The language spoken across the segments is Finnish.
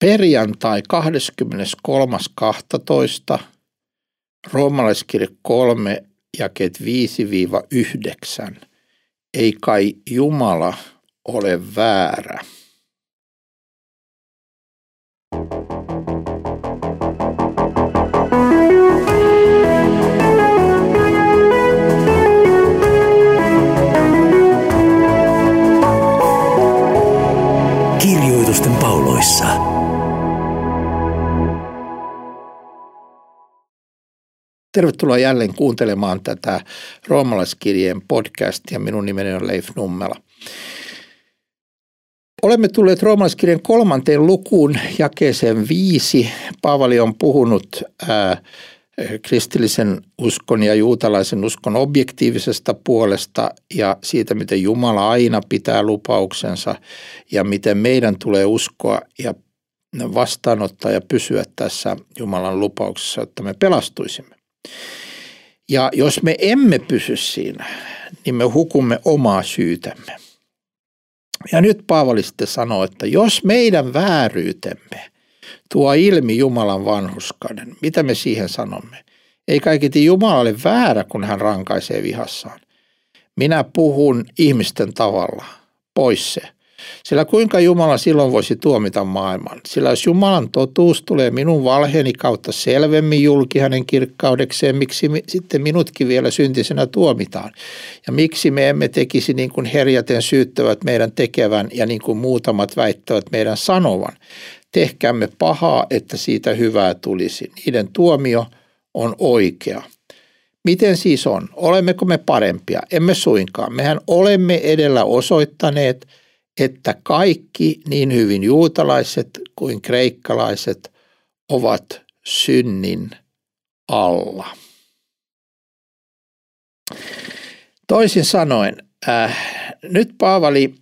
Perjantai 23.12. Roomalaiskirje 3, jakeet 5-9. Ei kai Jumala ole väärä. Kirjoitusten pauloissa. Tervetuloa jälleen kuuntelemaan tätä Roomalaiskirjeen podcastia. Minun nimeni on Leif Nummela. Olemme tulleet Roomalaiskirjeen 3. lukuun jakeeseen 5. Paavali on puhunut kristillisen uskon ja juutalaisen uskon objektiivisesta puolesta ja siitä, miten Jumala aina pitää lupauksensa ja miten meidän tulee uskoa ja vastaanottaa ja pysyä tässä Jumalan lupauksessa, jotta me pelastuisimme. Ja jos me emme pysy siinä, niin me hukumme omaa syytämme. Ja nyt Paavali sitten sanoo, että jos meidän vääryytemme tuo ilmi Jumalan vanhurskauden, mitä me siihen sanomme? Ei kaiketi Jumala ole väärä, kun hän rankaisee vihassaan. Minä puhun ihmisten tavalla, pois se. Sillä kuinka Jumala silloin voisi tuomita maailman? Sillä jos Jumalan totuus tulee minun valheeni kautta selvemmin julki hänen kirkkaudekseen, miksi sitten minutkin vielä syntisenä tuomitaan? Ja miksi me emme tekisi niin kuin herjaten syyttävät meidän tekevän ja niin kuin muutamat väittävät meidän sanovan? Tehkäämme pahaa, että siitä hyvää tulisi. Niiden tuomio on oikea. Miten siis on? Olemmeko me parempia? Emme suinkaan. Mehän olemme edellä osoittaneet, että kaikki niin hyvin juutalaiset kuin kreikkalaiset ovat synnin alla. Toisin sanoen, nyt Paavali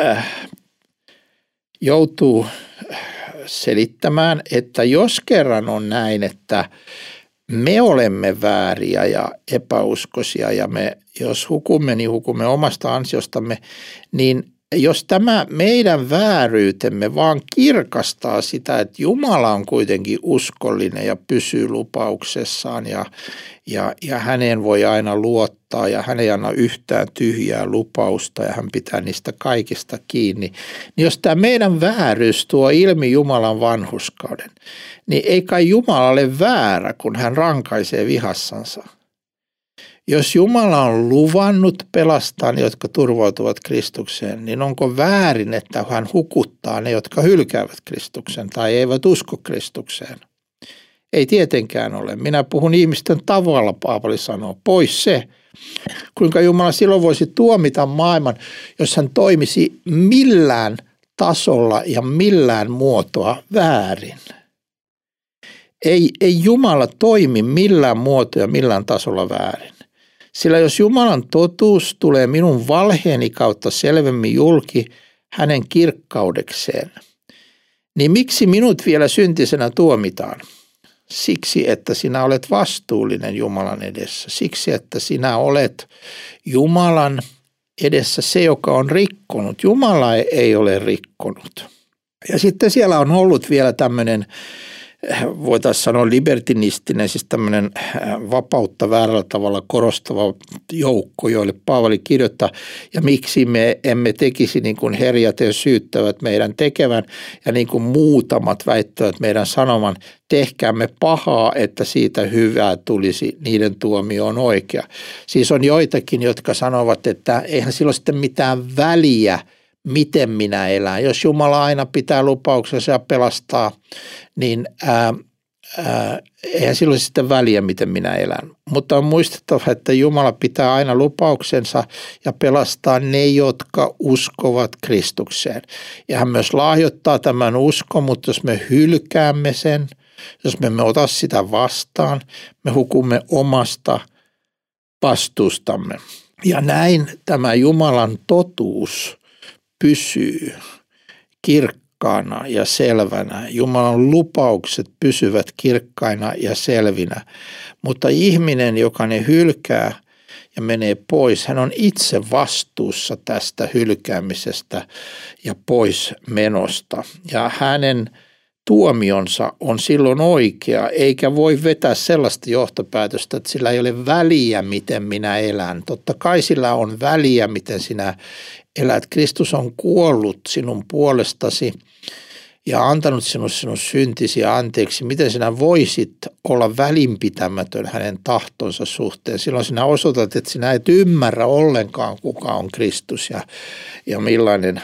joutuu selittämään, että jos kerran on näin, että me olemme vääriä ja epäuskoisia ja me jos hukumme, niin hukumme omasta ansiostamme, niin jos tämä meidän vääryytemme vaan kirkastaa sitä, että Jumala on kuitenkin uskollinen ja pysyy lupauksessaan ja häneen voi aina luottaa ja hän ei anna yhtään tyhjää lupausta ja hän pitää niistä kaikista kiinni, niin jos tämä meidän vääryys tuo ilmi Jumalan vanhurskauden, niin ei kai Jumala ole väärä, kun hän rankaisee vihassansa. Jos Jumala on luvannut pelastaa ne, jotka turvautuvat Kristukseen, niin onko väärin, että hän hukuttaa ne, jotka hylkäävät Kristuksen tai eivät usko Kristukseen? Ei tietenkään ole. Minä puhun ihmisten tavalla, Paavali sanoo, pois se. Kuinka Jumala silloin voisi tuomita maailman, jos hän toimisi millään tasolla ja millään muotoa väärin. Ei Jumala toimi millään muotoa ja millään tasolla väärin. Sillä jos Jumalan totuus tulee minun valheeni kautta selvemmin julki hänen kirkkaudekseen, niin miksi minut vielä syntisenä tuomitaan? Siksi, että sinä olet vastuullinen Jumalan edessä. Siksi, että sinä olet Jumalan edessä se, joka on rikkonut. Jumala ei ole rikkonut. Ja sitten siellä on ollut vielä tämmöinen, voitaisiin sanoa libertinistinen, siis tämmöinen vapautta väärällä tavalla korostava joukko, joille Paavali kirjoittaa, ja miksi me emme tekisi niin kuin herjaten syyttävät meidän tekevän, ja niin kuin muutamat väittävät meidän sanoman, tehkäämme pahaa, että siitä hyvää tulisi, niiden tuomio on oikea. Siis on joitakin, jotka sanovat, että eihän sillä ole sitten mitään väliä, miten minä elän. Jos Jumala aina pitää lupauksensa ja pelastaa, niin eihän silloin sitten väliä, miten minä elän. Mutta on muistettava, että Jumala pitää aina lupauksensa ja pelastaa ne, jotka uskovat Kristukseen. Ja hän myös lahjoittaa tämän uskon, mutta jos me hylkäämme sen, jos me emme ota sitä vastaan, me hukumme omasta vastuustamme. Ja näin tämä Jumalan totuus pysyy kirkkaana ja selvänä. Jumalan lupaukset pysyvät kirkkaina ja selvinä. Mutta ihminen, joka ne hylkää ja menee pois, hän on itse vastuussa tästä hylkäämisestä ja pois menosta. Ja hänen tuomionsa on silloin oikea, eikä voi vetää sellaista johtopäätöstä, että sillä ei ole väliä, miten minä elän. Totta kai sillä on väliä, miten sinä elät. Kristus on kuollut sinun puolestasi ja antanut sinun syntisi anteeksi. Miten sinä voisit olla välinpitämätön hänen tahtonsa suhteen? Silloin sinä osoitat, että sinä et ymmärrä ollenkaan, kuka on Kristus ja millainen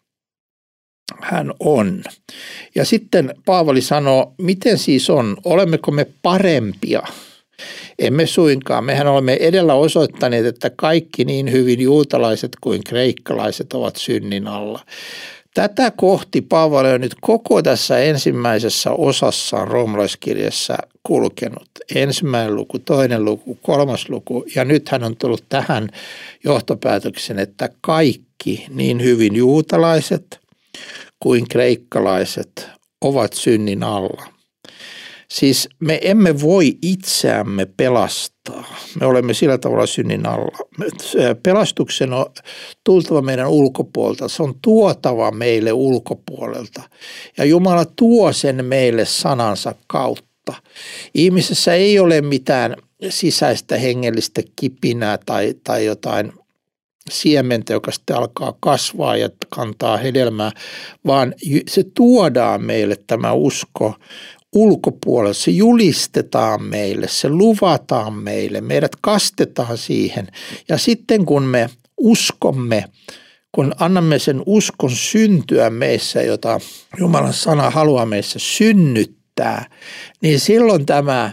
hän on. Ja sitten Paavali sanoo, miten siis on, olemmeko me parempia? Emme suinkaan. Mehän olemme edellä osoittaneet, että kaikki niin hyvin juutalaiset kuin kreikkalaiset ovat synnin alla. Tätä kohti Paavali on nyt koko tässä ensimmäisessä osassaan roomalaiskirjassa kulkenut. 1. luku, 2. luku, 3. luku ja nyt hän on tullut tähän johtopäätöksen, että kaikki niin hyvin juutalaiset kuin kreikkalaiset ovat synnin alla. Siis me emme voi itseämme pelastaa. Me olemme sillä tavalla synnin alla. Pelastuksen on tultava meidän ulkopuolelta. Se on tuotava meille ulkopuolelta. Ja Jumala tuo sen meille sanansa kautta. Ihmisessä ei ole mitään sisäistä hengellistä kipinää tai jotain siementä, joka sitten alkaa kasvaa ja kantaa hedelmää, vaan se tuodaan meille tämä usko ulkopuolella, se julistetaan meille, se luvataan meille, meidät kastetaan siihen ja sitten kun me uskomme, kun annamme sen uskon syntyä meissä, jota Jumalan sana haluaa meissä synnyttää, niin silloin tämä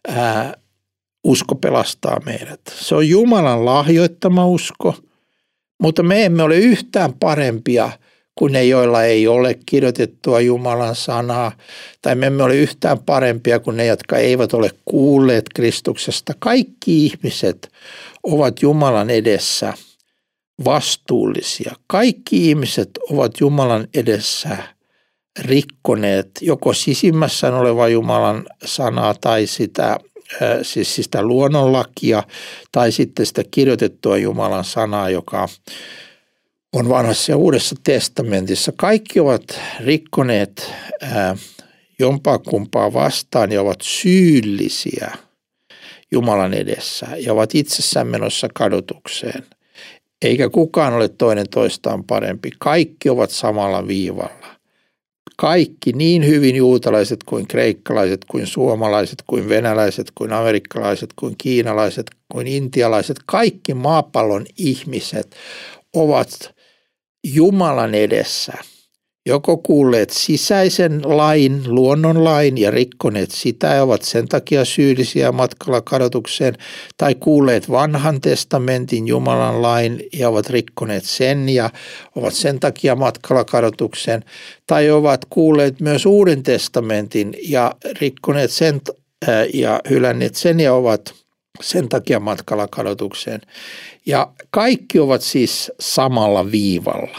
usko pelastaa meidät. Se on Jumalan lahjoittama usko, mutta me emme ole yhtään parempia kuin ne, joilla ei ole kirjoitettua Jumalan sanaa, tai me emme ole yhtään parempia kuin ne, jotka eivät ole kuulleet Kristuksesta. Kaikki ihmiset ovat Jumalan edessä vastuullisia. Kaikki ihmiset ovat Jumalan edessä rikkoneet joko sisimmässään oleva Jumalan sanaa tai sitä luonnonlakia tai sitten sitä kirjoitettua Jumalan sanaa, joka on vanhassa ja uudessa testamentissa. Kaikki ovat rikkoneet jompaa kumpaa vastaan ja ovat syyllisiä Jumalan edessä ja ovat itsessään menossa kadotukseen. Eikä kukaan ole toinen toistaan parempi. Kaikki ovat samalla viivalla. Kaikki niin hyvin juutalaiset kuin kreikkalaiset, kuin suomalaiset, kuin venäläiset, kuin amerikkalaiset, kuin kiinalaiset, kuin intialaiset. Kaikki maapallon ihmiset ovat Jumalan edessä, joko kuulleet sisäisen lain, luonnonlain ja rikkoneet sitä ja ovat sen takia syyllisiä matkalla kadotukseen, tai kuulleet vanhan testamentin Jumalan lain ja ovat rikkoneet sen ja ovat sen takia matkalla kadotukseen, tai ovat kuulleet myös uuden testamentin ja rikkoneet sen ja hylänneet sen ja ovat sen takia matkalla kadotukseen. Ja kaikki ovat siis samalla viivalla.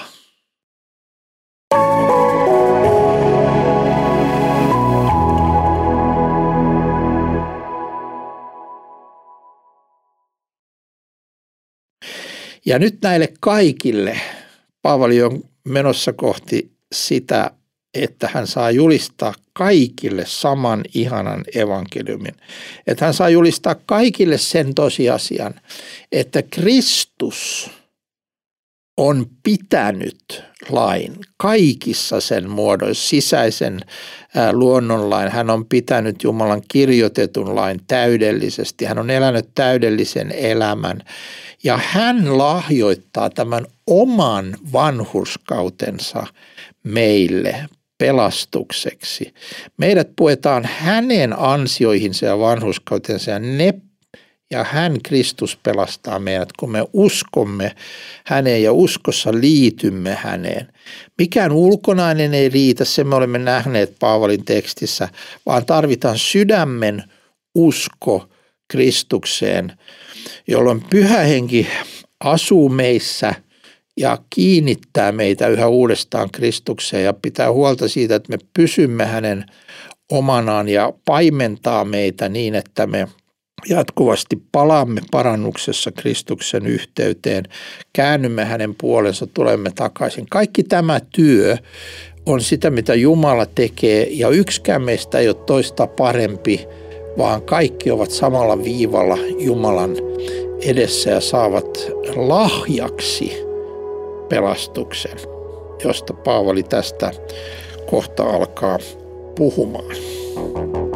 Ja nyt näille kaikille Paavali on menossa kohti sitä, että hän saa julistaa kaikille saman ihanan evankeliumin. Että hän saa julistaa kaikille sen tosiasian, että Kristus on pitänyt lain kaikissa sen muodoissa, sisäisen luonnonlain. Hän on pitänyt Jumalan kirjoitetun lain täydellisesti. Hän on elänyt täydellisen elämän ja hän lahjoittaa tämän oman vanhurskautensa meille pelastukseksi. Meidät puetaan hänen ansioihinsa ja vanhurskautensa ja hän Kristus pelastaa meidät, kun me uskomme häneen ja uskossa liitymme häneen. Mikään ulkonainen ei riitä, se me olemme nähneet Paavalin tekstissä, vaan tarvitaan sydämen usko Kristukseen, jolloin Pyhä Henki asuu meissä ja kiinnittää meitä yhä uudestaan Kristukseen ja pitää huolta siitä, että me pysymme hänen omanaan ja paimentaa meitä niin, että me jatkuvasti palaamme parannuksessa Kristuksen yhteyteen, käännymme hänen puolensa, tulemme takaisin. Kaikki tämä työ on sitä, mitä Jumala tekee, ja yksikään meistä ei ole toista parempi, vaan kaikki ovat samalla viivalla Jumalan edessä ja saavat lahjaksi pelastuksen, josta Paavali tästä kohta alkaa puhumaan.